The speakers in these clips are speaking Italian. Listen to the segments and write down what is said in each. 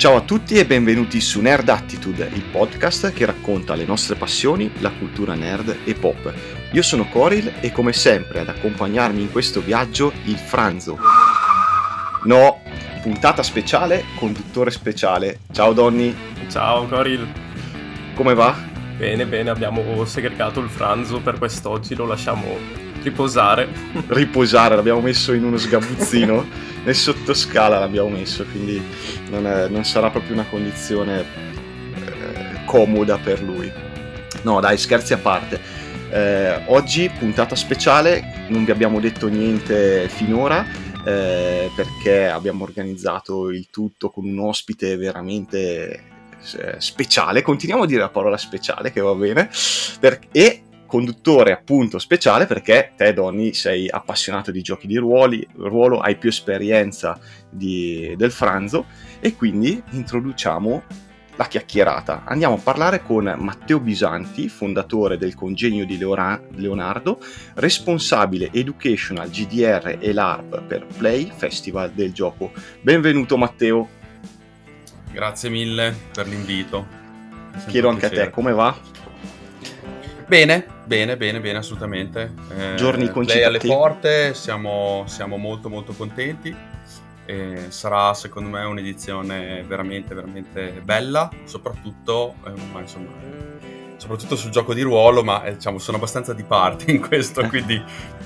Ciao a tutti e benvenuti su Nerd Attitude, il podcast che racconta le nostre passioni, la cultura nerd e pop. Io sono Coril e come sempre ad accompagnarmi in questo viaggio il Franzo. No, puntata speciale, conduttore speciale. Ciao Donny. Ciao Coril. Come va? Bene, abbiamo segregato il Franzo per quest'oggi, lo lasciamo riposare. Riposare, l'abbiamo messo in uno sgabuzzino, nel sottoscala l'abbiamo messo, quindi non sarà proprio una condizione comoda per lui. No dai, scherzi a parte. Oggi puntata speciale, non vi abbiamo detto niente finora, perché abbiamo organizzato il tutto con un ospite veramente speciale, continuiamo a dire la parola speciale che va bene, e conduttore appunto speciale perché te Donny sei appassionato di giochi di ruolo, hai più esperienza del Franzo e quindi introduciamo la chiacchierata. Andiamo a parlare con Matteo Bisanti, fondatore del Congegno di Leonardo, responsabile Educational GDR e LARP per Play Festival del Gioco. Benvenuto Matteo. Grazie mille per l'invito. Chiedo anche a te, come va? Bene, assolutamente. Giorni concitati. Play alle porte, siamo molto contenti. Sarà secondo me un'edizione veramente bella, soprattutto sul gioco di ruolo, ma diciamo sono abbastanza di parte in questo, quindi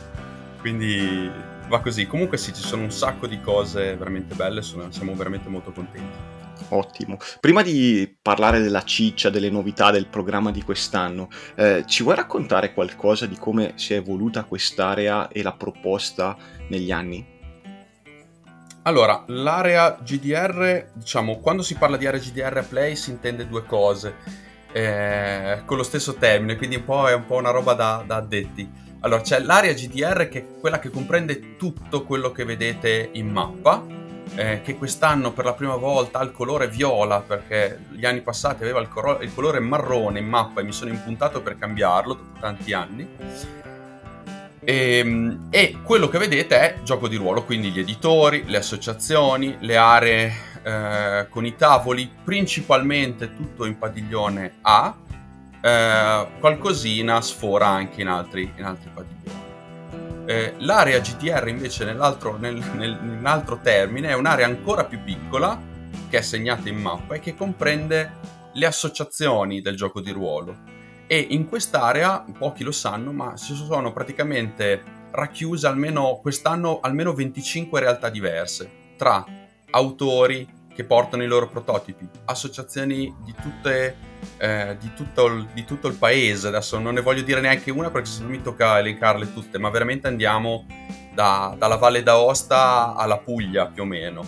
va così. Comunque sì, ci sono un sacco di cose veramente belle, siamo veramente molto contenti. Ottimo. Prima di parlare della ciccia, delle novità del programma di quest'anno, ci vuoi raccontare qualcosa di come si è evoluta quest'area e la proposta negli anni? Allora, l'area GDR, diciamo, quando si parla di area GDR a Play si intende due cose con lo stesso termine, quindi è un po' una roba da addetti. Allora, c'è l'area GDR che è quella che comprende tutto quello che vedete in mappa, che quest'anno per la prima volta ha il colore viola, perché gli anni passati aveva il colore marrone in mappa e mi sono impuntato per cambiarlo dopo tanti anni. E quello che vedete è gioco di ruolo, quindi gli editori, le associazioni, le aree con i tavoli, principalmente tutto in padiglione A, qualcosina sfora anche in altri padiglioni. L'area GDR invece nell'altro termine è un'area ancora più piccola che è segnata in mappa e che comprende le associazioni del gioco di ruolo. E in quest'area, pochi lo sanno, ma si sono praticamente racchiuse quest'anno almeno 25 realtà diverse, tra autori che portano i loro prototipi, associazioni di tutto il paese. Adesso non ne voglio dire neanche una perché se no mi tocca elencarle tutte, ma veramente andiamo dalla Valle d'Aosta alla Puglia più o meno.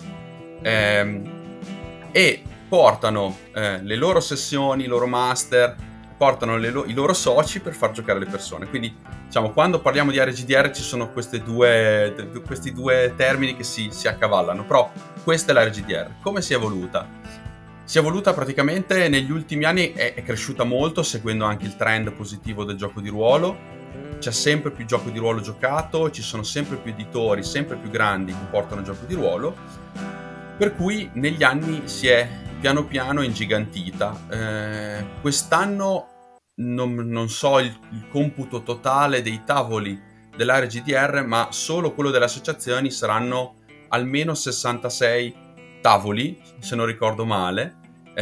E portano le loro sessioni, i loro master, portano i loro soci per far giocare le persone. Quindi diciamo, quando parliamo di area GDR ci sono questi due termini che si accavallano, però questa è l'area GDR. Come si è evoluta? Si è evoluta praticamente negli ultimi anni, è cresciuta molto seguendo anche il trend positivo del gioco di ruolo. C'è sempre più gioco di ruolo giocato, ci sono sempre più editori, sempre più grandi che portano gioco di ruolo, per cui negli anni si è piano piano ingigantita. Quest'anno non so il computo totale dei tavoli dell'area GDR, ma solo quello delle associazioni saranno almeno 66 tavoli, se non ricordo male,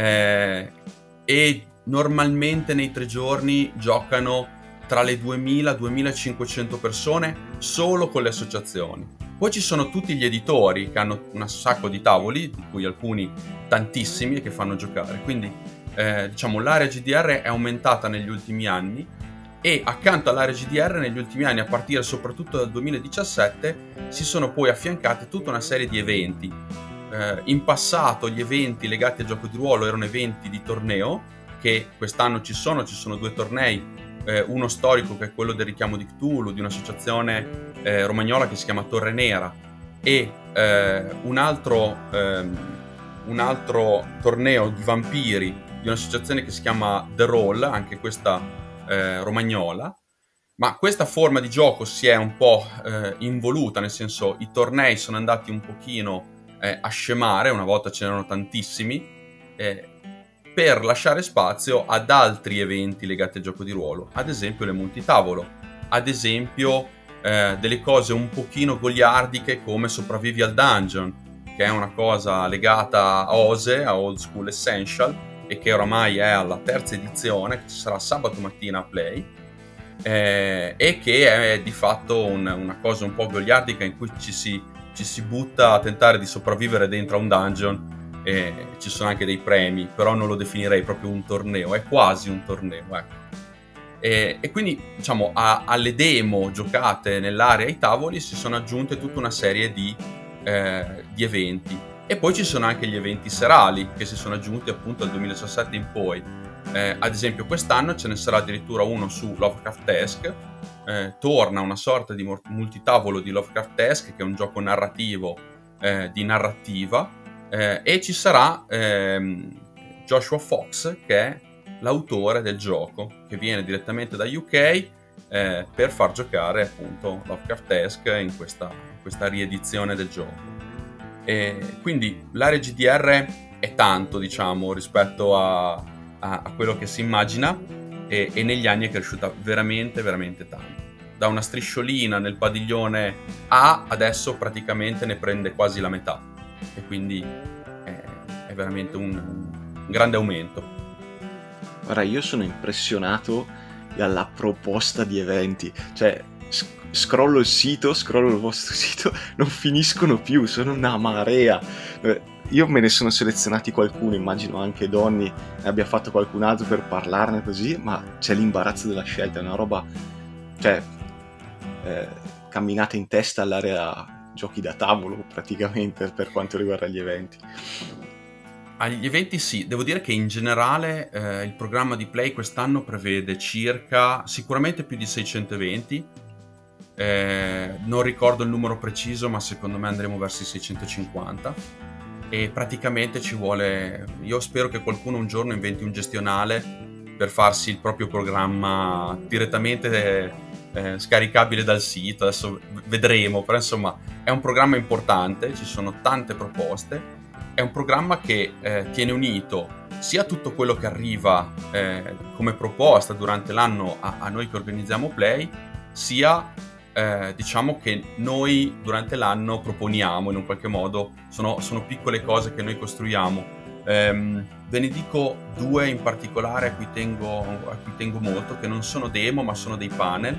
e normalmente nei 3 giorni giocano tra le 2000 e 2500 persone solo con le associazioni. Poi ci sono tutti gli editori che hanno un sacco di tavoli, di cui alcuni tantissimi e che fanno giocare, quindi diciamo l'area GDR è aumentata negli ultimi anni e accanto all'area GDR negli ultimi anni, a partire soprattutto dal 2017, si sono poi affiancate tutta una serie di eventi. In passato gli eventi legati al gioco di ruolo erano eventi di torneo, che quest'anno ci sono 2 tornei, uno storico che è quello del richiamo di Cthulhu, di un'associazione romagnola che si chiama Torre Nera, e un altro torneo di vampiri di un'associazione che si chiama The Roll, anche questa romagnola. Ma questa forma di gioco si è un po' involuta, nel senso i tornei sono andati un pochino a scemare, una volta ce n'erano tantissimi, per lasciare spazio ad altri eventi legati al gioco di ruolo, ad esempio le multitavolo, ad esempio delle cose un pochino goliardiche come Sopravvivi al Dungeon, che è una cosa legata a OSE, a Old School Essential, e che oramai è alla 3ª edizione, che ci sarà sabato mattina a Play, e che è di fatto una cosa un po' goliardica in cui ci si butta a tentare di sopravvivere dentro a un dungeon. Ci sono anche dei premi, però non lo definirei proprio un torneo, è quasi un torneo, ecco. E quindi, diciamo, alle demo giocate nell'area ai tavoli si sono aggiunte tutta una serie di eventi, e poi ci sono anche gli eventi serali che si sono aggiunti appunto dal 2017 in poi. Ad esempio quest'anno ce ne sarà addirittura uno su Lovecraftesk. Torna una sorta di multitavolo di Lovecraftesk, che è un gioco narrativo di narrativa, e ci sarà Joshua Fox, che è l'autore del gioco, che viene direttamente da UK per far giocare appunto Lovecraftesk in questa riedizione del gioco. E quindi l'area GDR è tanto, diciamo, rispetto a quello che si immagina, e negli anni è cresciuta veramente veramente tanto. Da una strisciolina nel padiglione A adesso praticamente ne prende quasi la metà, e quindi è veramente un grande aumento. Guarda, io sono impressionato dalla proposta di eventi, cioè scrollo il vostro sito, non finiscono più, sono una marea. Io me ne sono selezionati qualcuno, immagino anche Donny ne abbia fatto qualcun altro per parlarne così, ma c'è l'imbarazzo della scelta, è una roba, cioè camminate in testa all'area giochi da tavolo praticamente per quanto riguarda gli eventi. Agli eventi sì, devo dire che in generale il programma di Play quest'anno prevede sicuramente più di 600 eventi. Non ricordo il numero preciso, ma secondo me andremo verso i 650, e praticamente ci vuole, io spero che qualcuno un giorno inventi un gestionale per farsi il proprio programma direttamente scaricabile dal sito. Adesso vedremo, però insomma è un programma importante, ci sono tante proposte. È un programma che tiene unito sia tutto quello che arriva come proposta durante l'anno a noi che organizziamo Play, sia diciamo che noi durante l'anno proponiamo in un qualche modo. Sono piccole cose che noi costruiamo. Ve ne dico due in particolare a cui tengo molto, che non sono demo ma sono dei panel.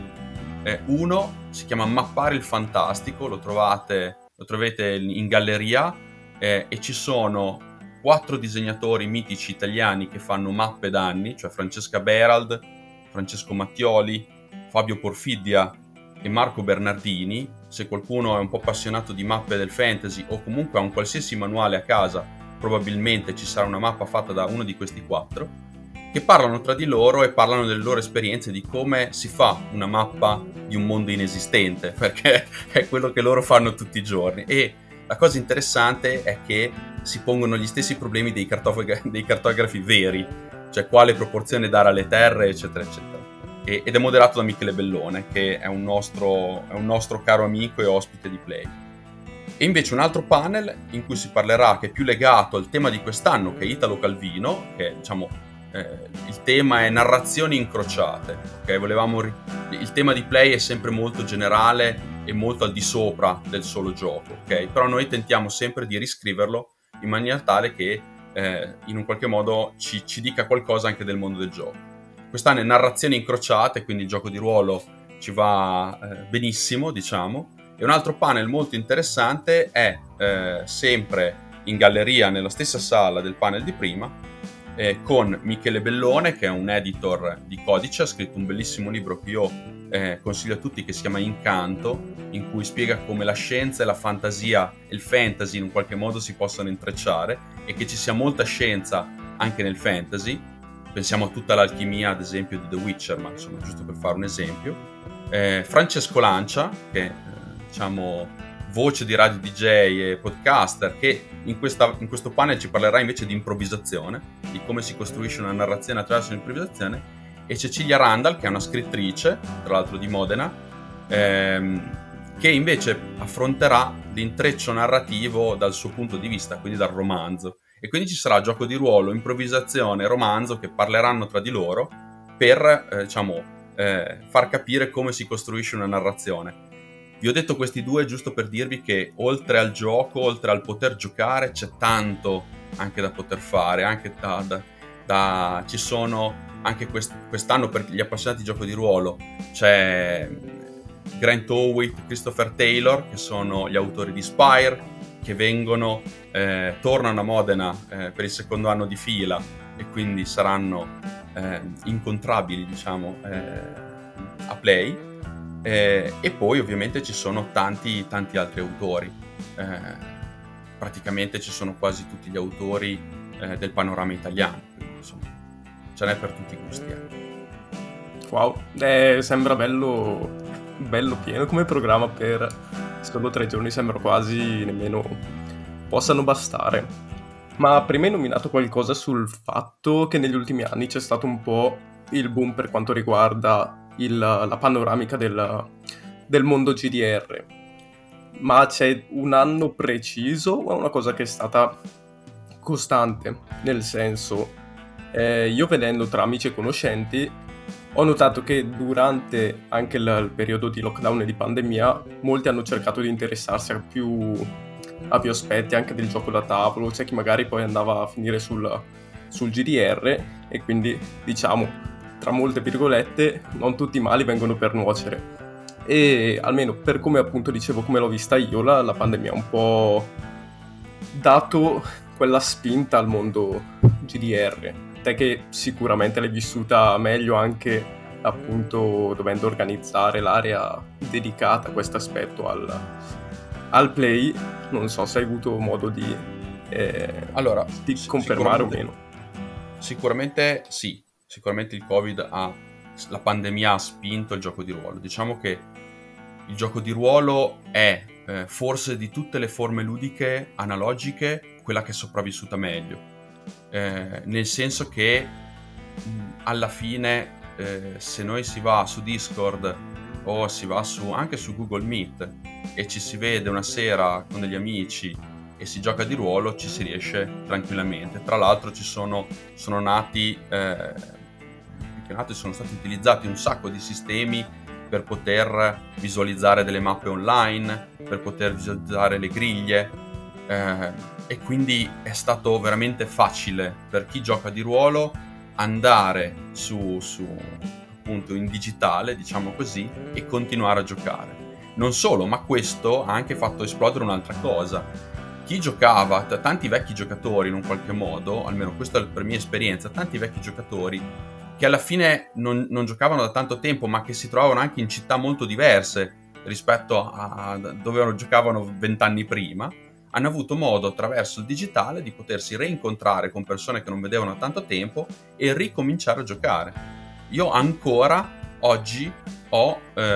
Uno si chiama Mappare il Fantastico, lo trovate in galleria. E ci sono 4 disegnatori mitici italiani che fanno mappe da anni, cioè Francesca Berald, Francesco Mattioli, Fabio Porfidia e Marco Bernardini. Se qualcuno è un po' appassionato di mappe del fantasy o comunque ha un qualsiasi manuale a casa, probabilmente ci sarà una mappa fatta da uno di questi 4, che parlano tra di loro e parlano delle loro esperienze di come si fa una mappa di un mondo inesistente, perché è quello che loro fanno tutti i giorni. E la cosa interessante è che si pongono gli stessi problemi dei cartografi veri, cioè quale proporzione dare alle terre, eccetera, eccetera. Ed è moderato da Michele Bellone, che è un nostro caro amico e ospite di Play. E invece un altro panel in cui si parlerà, che è più legato al tema di quest'anno, che è Italo Calvino, che diciamo il tema è narrazioni incrociate. Okay? Il tema di Play è sempre molto generale e molto al di sopra del solo gioco, ok? Però noi tentiamo sempre di riscriverlo in maniera tale che in un qualche modo ci dica qualcosa anche del mondo del gioco. Quest'anno è narrazioni incrociate, quindi il gioco di ruolo ci va benissimo, diciamo. E un altro panel molto interessante è sempre in galleria, nella stessa sala del panel di prima, con Michele Bellone, che è un editor di codice, ha scritto un bellissimo libro che io consiglio a tutti, che si chiama Incanto, in cui spiega come la scienza e la fantasia e il fantasy in un qualche modo si possono intrecciare, e che ci sia molta scienza anche nel fantasy. Pensiamo a tutta l'alchimia, ad esempio, di The Witcher, ma insomma, giusto per fare un esempio. Francesco Lancia, che diciamo voce di radio DJ e podcaster, che in questo panel ci parlerà invece di improvvisazione, di come si costruisce una narrazione attraverso l'improvvisazione, e Cecilia Randall, che è una scrittrice, tra l'altro di Modena, che invece affronterà l'intreccio narrativo dal suo punto di vista, quindi dal romanzo. E quindi ci sarà gioco di ruolo, improvvisazione, romanzo che parleranno tra di loro per, far capire come si costruisce una narrazione. Vi ho detto questi due giusto per dirvi che oltre al gioco, oltre al poter giocare, c'è tanto anche da poter fare, anche ci sono anche quest'anno per gli appassionati di gioco di ruolo c'è Grant Howitt, Christopher Taylor, che sono gli autori di Spire, che tornano a Modena per il secondo anno di fila e quindi saranno incontrabili, diciamo, a Play. E poi ovviamente ci sono tanti altri autori. Praticamente ci sono quasi tutti gli autori del panorama italiano, quindi insomma ce n'è per tutti i gusti. Wow, sembra bello pieno come programma per solo 3 giorni, sembra quasi nemmeno possano bastare. Ma prima hai nominato qualcosa sul fatto che negli ultimi anni c'è stato un po' il boom per quanto riguarda la panoramica del mondo GDR. Ma c'è un anno preciso o è una cosa che è stata costante? Nel senso, io vedendo tra amici e conoscenti ho notato che durante anche il periodo di lockdown e di pandemia molti hanno cercato di interessarsi a più aspetti anche del gioco da tavolo. C'è chi magari poi andava a finire sul GDR e quindi, diciamo, tra molte virgolette, non tutti i mali vengono per nuocere. E almeno per come appunto dicevo, come l'ho vista io, la pandemia ha un po' dato quella spinta al mondo GDR. Te che sicuramente l'hai vissuta meglio anche appunto dovendo organizzare l'area dedicata a questo aspetto al play, non so se hai avuto modo di confermare o meno. Sicuramente sì, sicuramente il Covid la pandemia ha spinto il gioco di ruolo. Diciamo che il gioco di ruolo è forse di tutte le forme ludiche analogiche quella che è sopravvissuta meglio. Nel senso che alla fine se noi si va su Discord o si va anche su Google Meet e ci si vede una sera con degli amici e si gioca di ruolo, ci si riesce tranquillamente. Tra l'altro sono stati utilizzati un sacco di sistemi per poter visualizzare delle mappe online, per poter visualizzare le griglie, e quindi è stato veramente facile per chi gioca di ruolo andare su appunto in digitale, diciamo così, e continuare a giocare. Non solo, ma questo ha anche fatto esplodere un'altra cosa. Chi giocava, tanti vecchi giocatori in un qualche modo, almeno questa è per mia esperienza, tanti vecchi giocatori che alla fine non giocavano da tanto tempo, ma che si trovavano anche in città molto diverse rispetto a dove giocavano 20 anni prima, hanno avuto modo attraverso il digitale di potersi reincontrare con persone che non vedevano da tanto tempo e ricominciare a giocare. Io ancora oggi ho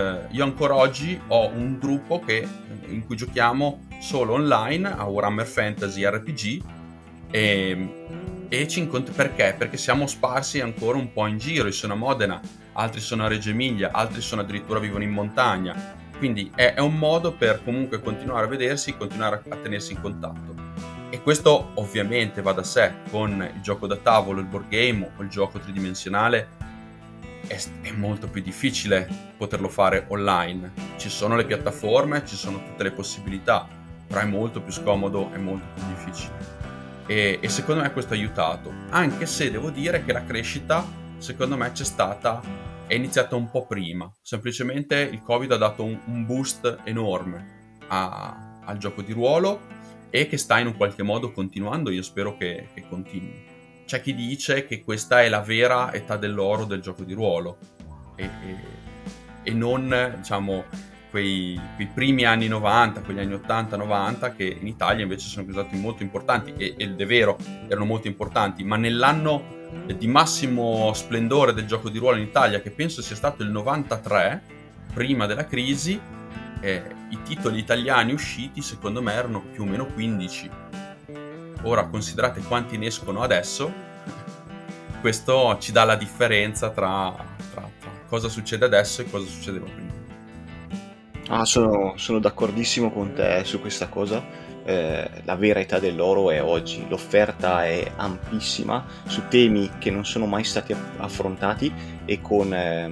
un gruppo in cui giochiamo solo online a Warhammer Fantasy RPG e ci incontri perché siamo sparsi ancora un po' in giro. Io sono a Modena, altri sono a Reggio Emilia, altri sono addirittura vivono in montagna, quindi è un modo per comunque continuare a vedersi, continuare a tenersi in contatto. E questo ovviamente va da sé. Con il gioco da tavolo, il board game o il gioco tridimensionale è molto più difficile poterlo fare online. Ci sono le piattaforme, ci sono tutte le possibilità, però è molto più scomodo e molto più difficile. E secondo me questo ha aiutato, anche se devo dire che la crescita secondo me è iniziata un po' prima. Semplicemente il Covid ha dato un boost enorme al gioco di ruolo e che sta in un qualche modo continuando. Io spero che continui. C'è chi dice che questa è la vera età dell'oro del gioco di ruolo e non, diciamo, quei primi anni 90, quegli anni 80-90 che in Italia invece sono stati molto importanti ed è vero, erano molto importanti, ma nell'anno di massimo splendore del gioco di ruolo in Italia, che penso sia stato il 93, prima della crisi, i titoli italiani usciti secondo me erano più o meno 15. Ora considerate quanti ne escono adesso, questo ci dà la differenza tra cosa succede adesso e cosa succedeva prima. Sono d'accordissimo con te su questa cosa. La vera età dell'oro è oggi, l'offerta è ampissima su temi che non sono mai stati affrontati e con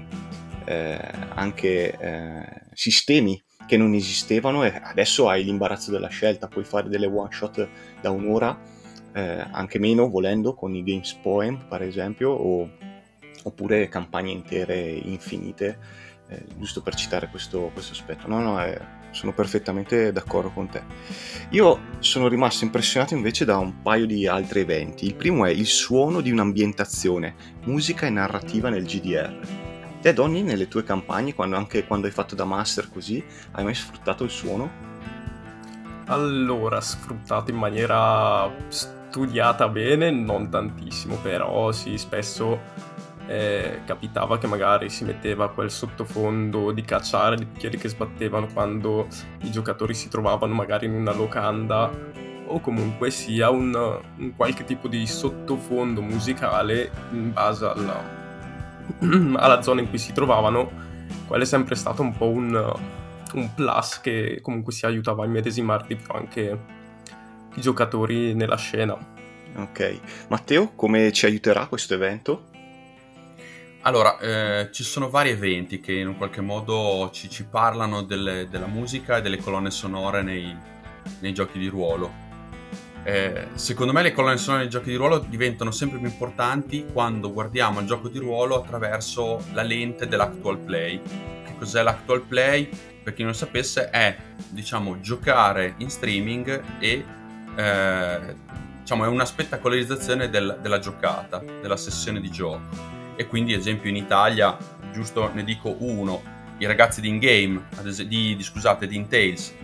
anche sistemi che non esistevano, e adesso hai l'imbarazzo della scelta, puoi fare delle one shot da un'ora, anche meno volendo, con i Games Poem per esempio, oppure campagne intere infinite, giusto per citare questo aspetto. Sono perfettamente d'accordo con te. Io sono rimasto impressionato invece da un paio di altri eventi. Il primo è il suono di un'ambientazione, musica e narrativa nel GDR. Te, Donny, nelle tue campagne, anche quando hai fatto da master così, hai mai sfruttato il suono? Allora, sfruttato in maniera studiata bene, non tantissimo, però sì, spesso capitava che magari si metteva quel sottofondo di cacciare, di bicchieri che sbattevano quando i giocatori si trovavano magari in una locanda, o comunque sia un qualche tipo di sottofondo musicale in base alla zona in cui si trovavano. Quello è sempre stato un po' un plus che comunque si aiutava a immedesimare di più anche i giocatori nella scena. Ok. Matteo, come ci aiuterà questo evento? Allora, ci sono vari eventi che in un qualche modo ci parlano della musica e delle colonne sonore nei giochi di ruolo. Secondo me le colonne sonore nei giochi di ruolo diventano sempre più importanti quando guardiamo il gioco di ruolo attraverso la lente dell'actual play. Che cos'è l'actual play? Per chi non lo sapesse, è, diciamo, giocare in streaming e diciamo, è una spettacolarizzazione della giocata, della sessione di gioco. E quindi, ad esempio, in Italia, giusto ne dico uno, i ragazzi di In-Game, di In-Tales,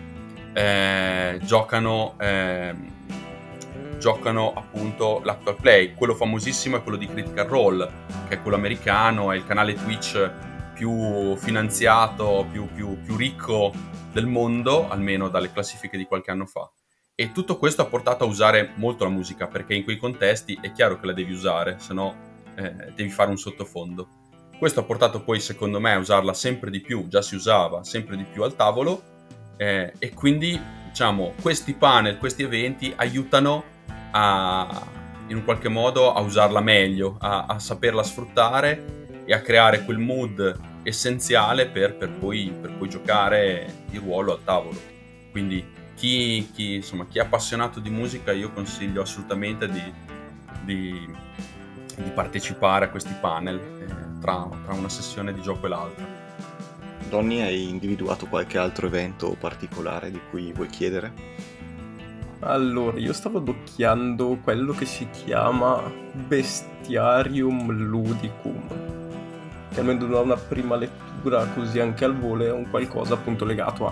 giocano appunto l'Actual Play. Quello famosissimo è quello di Critical Role, che è quello americano, è il canale Twitch più finanziato, più ricco del mondo, almeno dalle classifiche di qualche anno fa. E tutto questo ha portato a usare molto la musica, perché in quei contesti è chiaro che la devi usare, se no devi fare un sottofondo. Questo ha portato poi, secondo me, a usarla sempre di più, già si usava sempre di più al tavolo, e quindi, diciamo, questi panel, questi eventi aiutano in un qualche modo a usarla meglio, a saperla sfruttare e a creare quel mood essenziale per poi giocare di ruolo al tavolo. Quindi chi è appassionato di musica, io consiglio assolutamente di partecipare a questi panel tra una sessione di gioco e l'altra. Donny, hai individuato qualche altro evento particolare di cui vuoi chiedere? Allora, io stavo adocchiando quello che si chiama Bestiarium Ludicum, che almeno da una prima lettura così anche al volo è un qualcosa appunto legato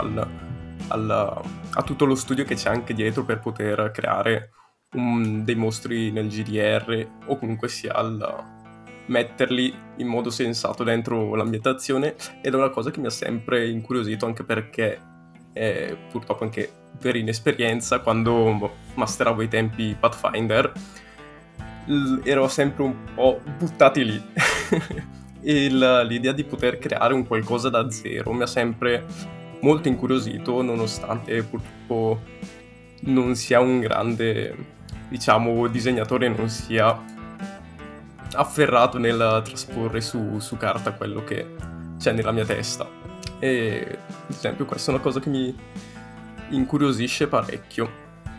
a tutto lo studio che c'è anche dietro per poter creare dei mostri nel GDR, o comunque sia metterli in modo sensato dentro l'ambientazione. Ed è una cosa che mi ha sempre incuriosito, anche perché purtroppo anche per inesperienza, quando masteravo i tempi Pathfinder, ero sempre un po' buttati lì. E l'idea di poter creare un qualcosa da zero mi ha sempre molto incuriosito, nonostante purtroppo non sia un grande, diciamo, disegnatore, non sia afferrato nel trasporre su carta quello che c'è nella mia testa. E ad esempio questa è una cosa che mi incuriosisce parecchio.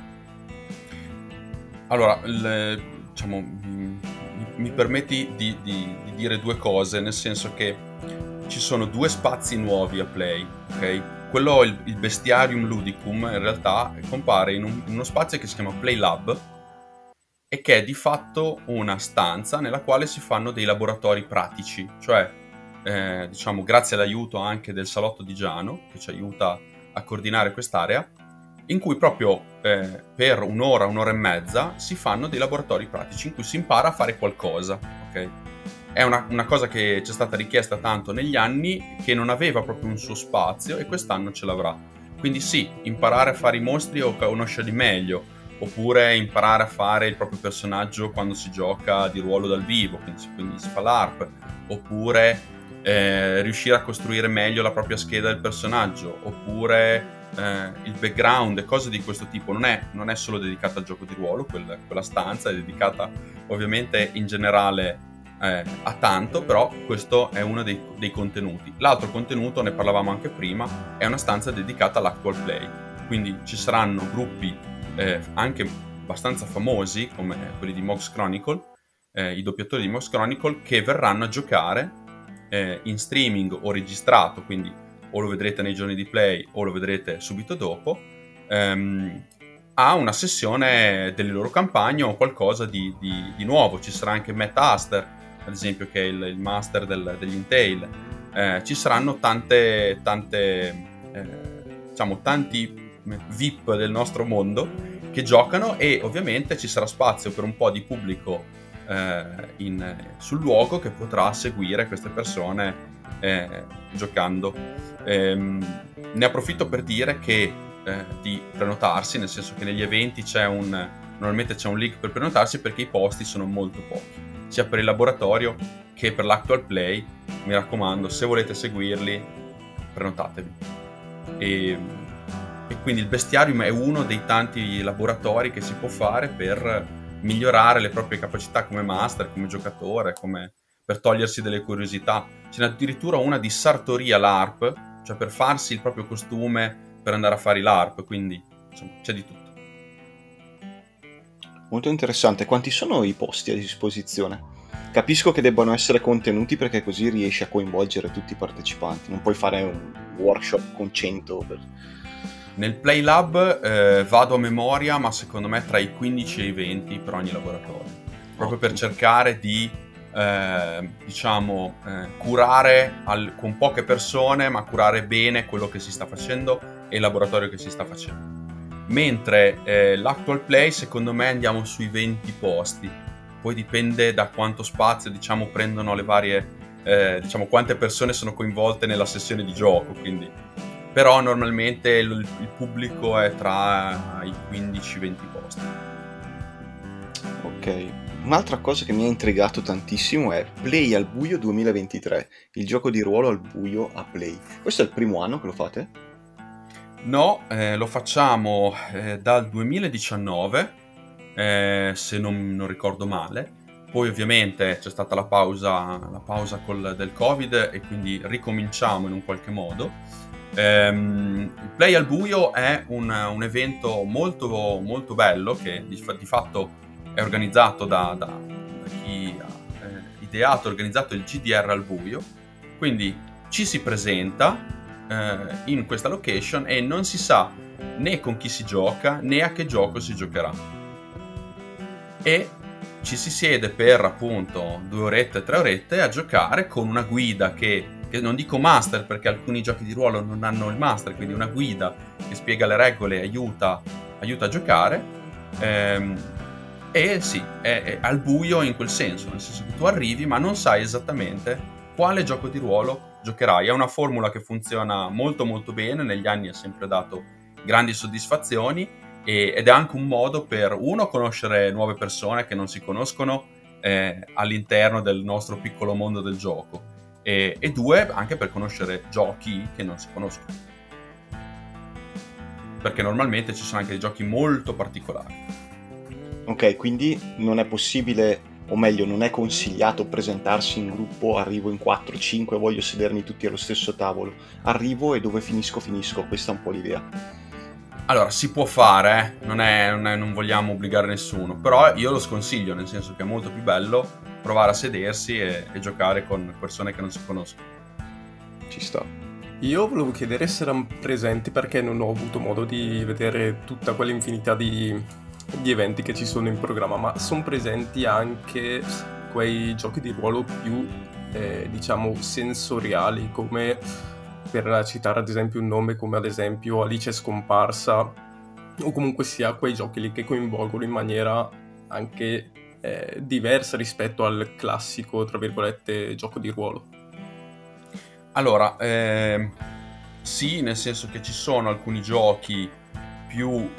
Allora, diciamo, mi permetti di dire due cose, nel senso che ci sono due spazi nuovi a Play, ok? Quello, il Bestiarium Ludicum, in realtà compare in uno spazio che si chiama Play Lab, e che è di fatto una stanza nella quale si fanno dei laboratori pratici, cioè diciamo grazie all'aiuto anche del salotto di Giano, che ci aiuta a coordinare quest'area, in cui proprio per un'ora e mezza si fanno dei laboratori pratici in cui si impara a fare qualcosa, ok? È una cosa che ci è stata richiesta tanto negli anni, che non aveva proprio un suo spazio, e quest'anno ce l'avrà. Quindi sì, imparare a fare i mostri o conoscerli meglio, oppure imparare a fare il proprio personaggio quando si gioca di ruolo dal vivo, quindi si fa l'ARP, oppure riuscire a costruire meglio la propria scheda del personaggio, oppure il background e cose di questo tipo. Non è solo dedicata al gioco di ruolo, quella stanza è dedicata ovviamente in generale a tanto, però questo è uno dei contenuti. L'altro contenuto, ne parlavamo anche prima, è una stanza dedicata all'actual play, quindi ci saranno gruppi anche abbastanza famosi come quelli di Mox Chronicle, i doppiatori di Mox Chronicle, che verranno a giocare in streaming o registrato, quindi o lo vedrete nei giorni di play o lo vedrete subito dopo, a una sessione delle loro campagne o qualcosa di nuovo. Ci sarà anche Matt Aster, ad esempio, che è il master degli Intel. Ci saranno diciamo tanti VIP del nostro mondo che giocano, e ovviamente ci sarà spazio per un po' di pubblico sul luogo che potrà seguire queste persone giocando. Ne approfitto per dire che di prenotarsi, nel senso che negli eventi normalmente c'è un link per prenotarsi, perché i posti sono molto pochi, sia per il laboratorio che per l'actual play. Mi raccomando, se volete seguirli, prenotatevi. E quindi il bestiarium è uno dei tanti laboratori che si può fare per migliorare le proprie capacità come master, come giocatore, per togliersi delle curiosità. Ce n'è addirittura una di sartoria LARP, cioè per farsi il proprio costume per andare a fare l'ARP, quindi insomma c'è di tutto. Molto interessante. Quanti sono i posti a disposizione? Capisco che debbano essere contenuti, perché così riesci a coinvolgere tutti i partecipanti. Non puoi fare un workshop con 100 Nel Play Lab vado a memoria, ma secondo me tra i 15 e i 20 per ogni laboratorio, proprio per cercare di curare con poche persone, ma curare bene quello che si sta facendo e il laboratorio che si sta facendo. Mentre l'Actual Play, secondo me, andiamo sui 20 posti. Poi dipende da quanto spazio, prendono le varie, quante persone sono coinvolte nella sessione di gioco, quindi. Però normalmente il pubblico è tra i 15-20 posti. Ok. Un'altra cosa che mi ha intrigato tantissimo è Play al buio 2023, il gioco di ruolo al buio a Play. Questo è il primo anno che lo fate? No, lo facciamo dal 2019, se non ricordo male. Poi ovviamente c'è stata la pausa del Covid, e quindi ricominciamo in un qualche modo. Il Play al buio è un evento molto, molto bello, che di fatto è organizzato da chi ha ideato e organizzato il GDR al buio. Quindi ci si presenta in questa location e non si sa né con chi si gioca né a che gioco si giocherà, e ci si siede per appunto 2 orette, 3 orette a giocare con una guida che non dico master, perché alcuni giochi di ruolo non hanno il master, quindi una guida che spiega le regole e aiuta a giocare. E sì, è al buio in quel senso, nel senso che tu arrivi ma non sai esattamente quale gioco di ruolo giocherai. È una formula che funziona molto molto bene, negli anni ha sempre dato grandi soddisfazioni, ed è anche un modo per conoscere nuove persone che non si conoscono all'interno del nostro piccolo mondo del gioco, e 2 anche per conoscere giochi che non si conoscono, perché normalmente ci sono anche dei giochi molto particolari. Ok, quindi non è possibile, o meglio non è consigliato presentarsi in gruppo, arrivo in 4-5, voglio sedermi tutti allo stesso tavolo, arrivo e dove finisco, questa è un po' l'idea. Allora, si può fare, non vogliamo obbligare nessuno, però io lo sconsiglio, nel senso che è molto più bello provare a sedersi e giocare con persone che non si conoscono. Ci sta. Io volevo chiedere se erano presenti, perché non ho avuto modo di vedere tutta quell'infinità di eventi che ci sono in programma, ma sono presenti anche quei giochi di ruolo più, sensoriali, come, per citare ad esempio un nome, come ad esempio Alice Scomparsa, o comunque sia quei giochi lì che coinvolgono in maniera anche diversa rispetto al classico, tra virgolette, gioco di ruolo. Allora, sì, nel senso che ci sono alcuni giochi più,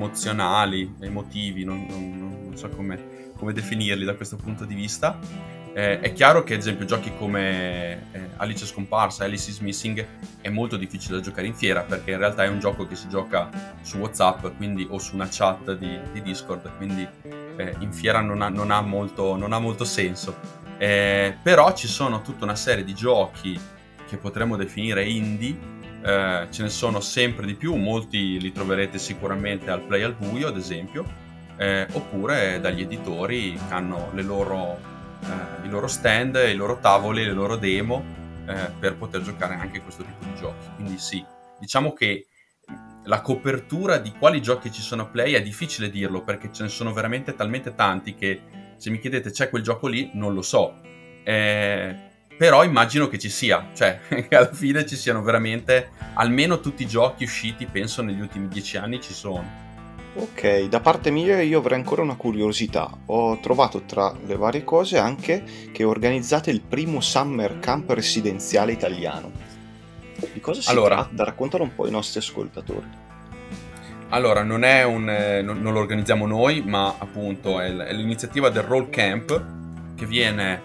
emozionali, emotivi, non so come definirli da questo punto di vista. È chiaro che ad esempio giochi come Alice è scomparsa, Alice is Missing è molto difficile da giocare in fiera, perché in realtà è un gioco che si gioca su WhatsApp, quindi, o su una chat di Discord, quindi in fiera non ha molto senso. Però ci sono tutta una serie di giochi che potremmo definire indie, ce ne sono sempre di più, molti li troverete sicuramente al Play al Buio ad esempio, oppure dagli editori che hanno i loro stand, i loro tavoli, le loro demo per poter giocare anche questo tipo di giochi. Quindi sì, diciamo che la copertura di quali giochi ci sono a Play è difficile dirlo, perché ce ne sono veramente talmente tanti che se mi chiedete c'è quel gioco lì, non lo so. Però immagino che ci sia, cioè che alla fine ci siano veramente almeno tutti i giochi usciti, penso negli ultimi 10 anni ci sono. Ok, da parte mia io avrei ancora una curiosità. Ho trovato tra le varie cose anche che organizzate il primo Summer Camp residenziale italiano. Di cosa si tratta? Raccontalo un po' ai nostri ascoltatori. Allora, non lo organizziamo noi, ma appunto è l'iniziativa del Roll Camp, che viene,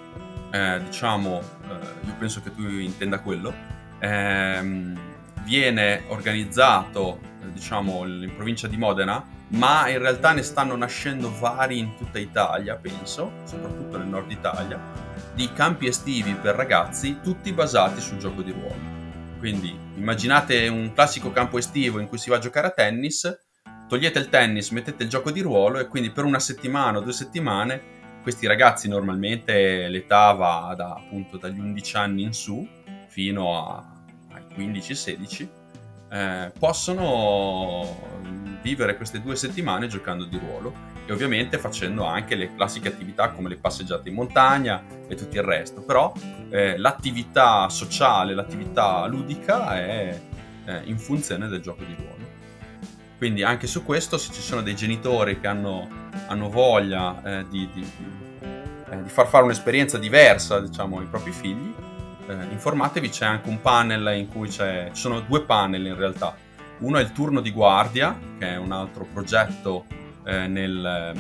io penso che tu intenda quello, viene organizzato, in provincia di Modena, ma in realtà ne stanno nascendo vari in tutta Italia, penso, soprattutto nel nord Italia, di campi estivi per ragazzi, tutti basati sul gioco di ruolo. Quindi immaginate un classico campo estivo in cui si va a giocare a tennis, togliete il tennis, mettete il gioco di ruolo e quindi per una settimana o 2 settimane questi ragazzi, normalmente l'età va appunto dagli 11 anni in su fino ai 15-16, possono vivere queste 2 settimane giocando di ruolo e ovviamente facendo anche le classiche attività come le passeggiate in montagna e tutto il resto, però l'attività sociale, l'attività ludica è in funzione del gioco di ruolo. Quindi anche su questo, se ci sono dei genitori che hanno voglia di far fare un'esperienza diversa, ai propri figli, informatevi, c'è anche un panel in cui ci sono 2 panel in realtà. Uno è il turno di guardia, che è un altro progetto nel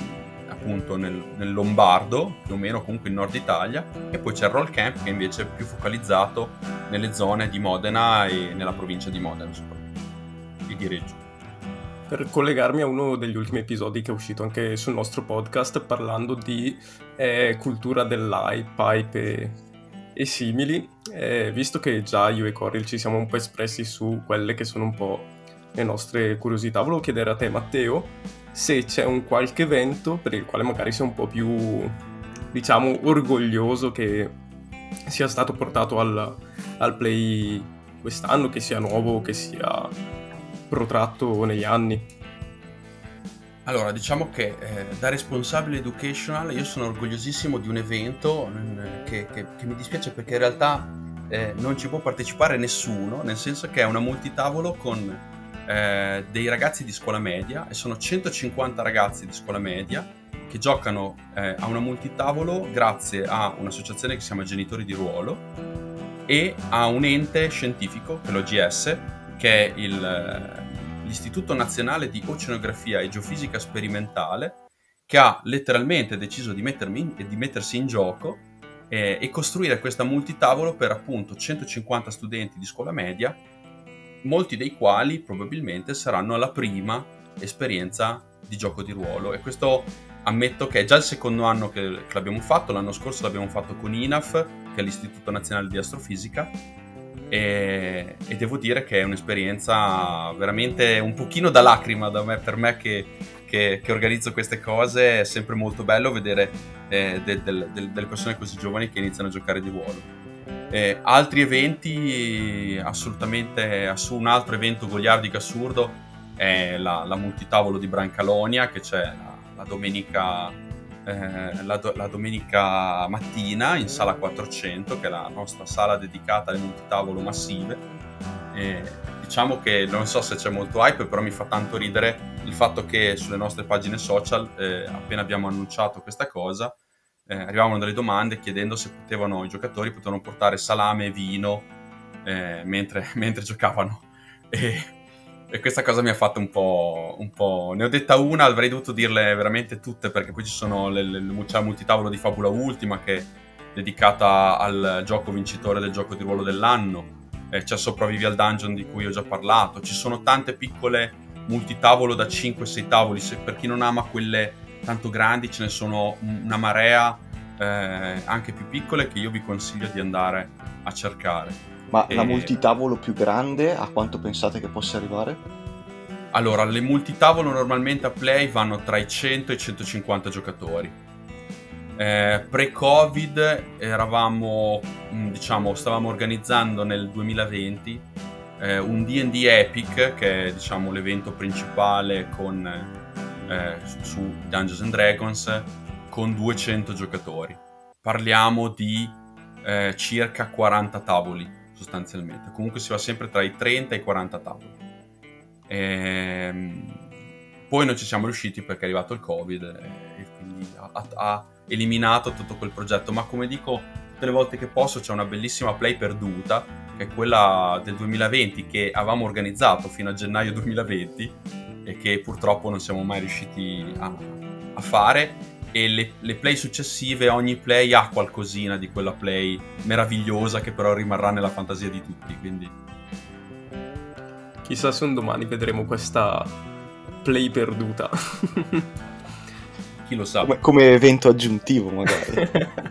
Lombardo, più o meno comunque in Nord Italia, e poi c'è il Roll Camp che invece è più focalizzato nelle zone di Modena e nella provincia di Modena soprattutto, e di Reggio. Per collegarmi a uno degli ultimi episodi che è uscito anche sul nostro podcast parlando di cultura dell'hype e simili, visto che già io e Coril ci siamo un po' espressi su quelle che sono un po' le nostre curiosità, volevo chiedere a te, Matteo, se c'è un qualche evento per il quale magari sei un po' più, orgoglioso che sia stato portato al Play quest'anno, che sia nuovo, che sia protratto negli anni. Allora, diciamo che da responsabile educational io sono orgogliosissimo di un evento che mi dispiace perché in realtà non ci può partecipare nessuno, nel senso che è una multitavolo con dei ragazzi di scuola media, e sono 150 ragazzi di scuola media che giocano a una multitavolo grazie a un'associazione che si chiama Genitori di Ruolo e a un ente scientifico, che è l'OGS, che è l'Istituto Nazionale di Oceanografia e Geofisica Sperimentale, che ha letteralmente deciso di mettersi in gioco e costruire questa multitavolo per appunto 150 studenti di scuola media, molti dei quali probabilmente saranno alla prima esperienza di gioco di ruolo. E questo ammetto che è già il secondo anno che l'abbiamo fatto. L'anno scorso l'abbiamo fatto con INAF, che è l'Istituto Nazionale di Astrofisica, e devo dire che è un'esperienza veramente un pochino da lacrima per me che organizzo queste cose. È sempre molto bello vedere delle persone così giovani che iniziano a giocare di ruolo. Altri eventi, assolutamente, un altro evento goliardico assurdo è la multitavolo di Brancalonia, che c'è la domenica mattina in sala 400, che è la nostra sala dedicata alle multitavolo massive. Diciamo che non so se c'è molto hype, però mi fa tanto ridere il fatto che sulle nostre pagine social, appena abbiamo annunciato questa cosa, arrivavano delle domande chiedendo se i giocatori potevano portare salame e vino mentre giocavano, e questa cosa mi ha fatto un po'... Ne ho detta una, avrei dovuto dirle veramente tutte, perché poi ci sono c'è la multitavolo di Fabula Ultima che dedicata al gioco vincitore del gioco di ruolo dell'anno. C'è Sopravvivi al Dungeon, di cui ho già parlato. Ci sono tante piccole multitavolo da 5-6 tavoli, se per chi non ama quelle tanto grandi ce ne sono una marea anche più piccole che io vi consiglio di andare a cercare. Ma la multitavolo più grande a quanto pensate che possa arrivare? Allora, le multitavolo normalmente a Play vanno tra i 100 e i 150 giocatori. Pre-Covid stavamo organizzando nel 2020 un D&D Epic, che è l'evento principale su Dungeons and Dragons, con 200 giocatori. Parliamo di circa 40 tavoli sostanzialmente. Comunque si va sempre tra i 30 e i 40 tavoli. Poi non ci siamo riusciti perché è arrivato il Covid e quindi ha eliminato tutto quel progetto. Ma come dico tutte le volte che posso, c'è una bellissima play perduta, che è quella del 2020, che avevamo organizzato fino a gennaio 2020 e che purtroppo non siamo mai riusciti a fare. E le play successive, ogni play ha qualcosina di quella play meravigliosa che però rimarrà nella fantasia di tutti, quindi chissà se un domani vedremo questa play perduta. Chi lo sa. Come evento aggiuntivo magari.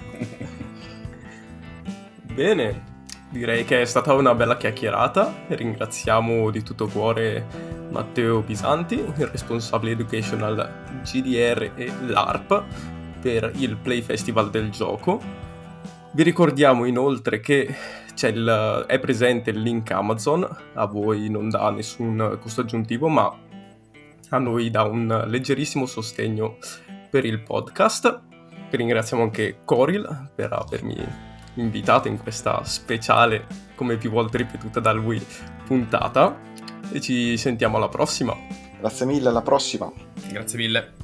Bene, direi che è stata una bella chiacchierata. Ringraziamo di tutto cuore Matteo Pisanti, il responsabile educational GDR e LARP per il Play Festival del gioco. Vi ricordiamo inoltre che è presente il link Amazon, a voi non dà nessun costo aggiuntivo, ma a noi dà un leggerissimo sostegno per il podcast. Ringraziamo anche Coril per avermi invitato in questa speciale, come più volte ripetuta da lui, puntata, e ci sentiamo alla prossima. Grazie mille, alla prossima. Grazie mille.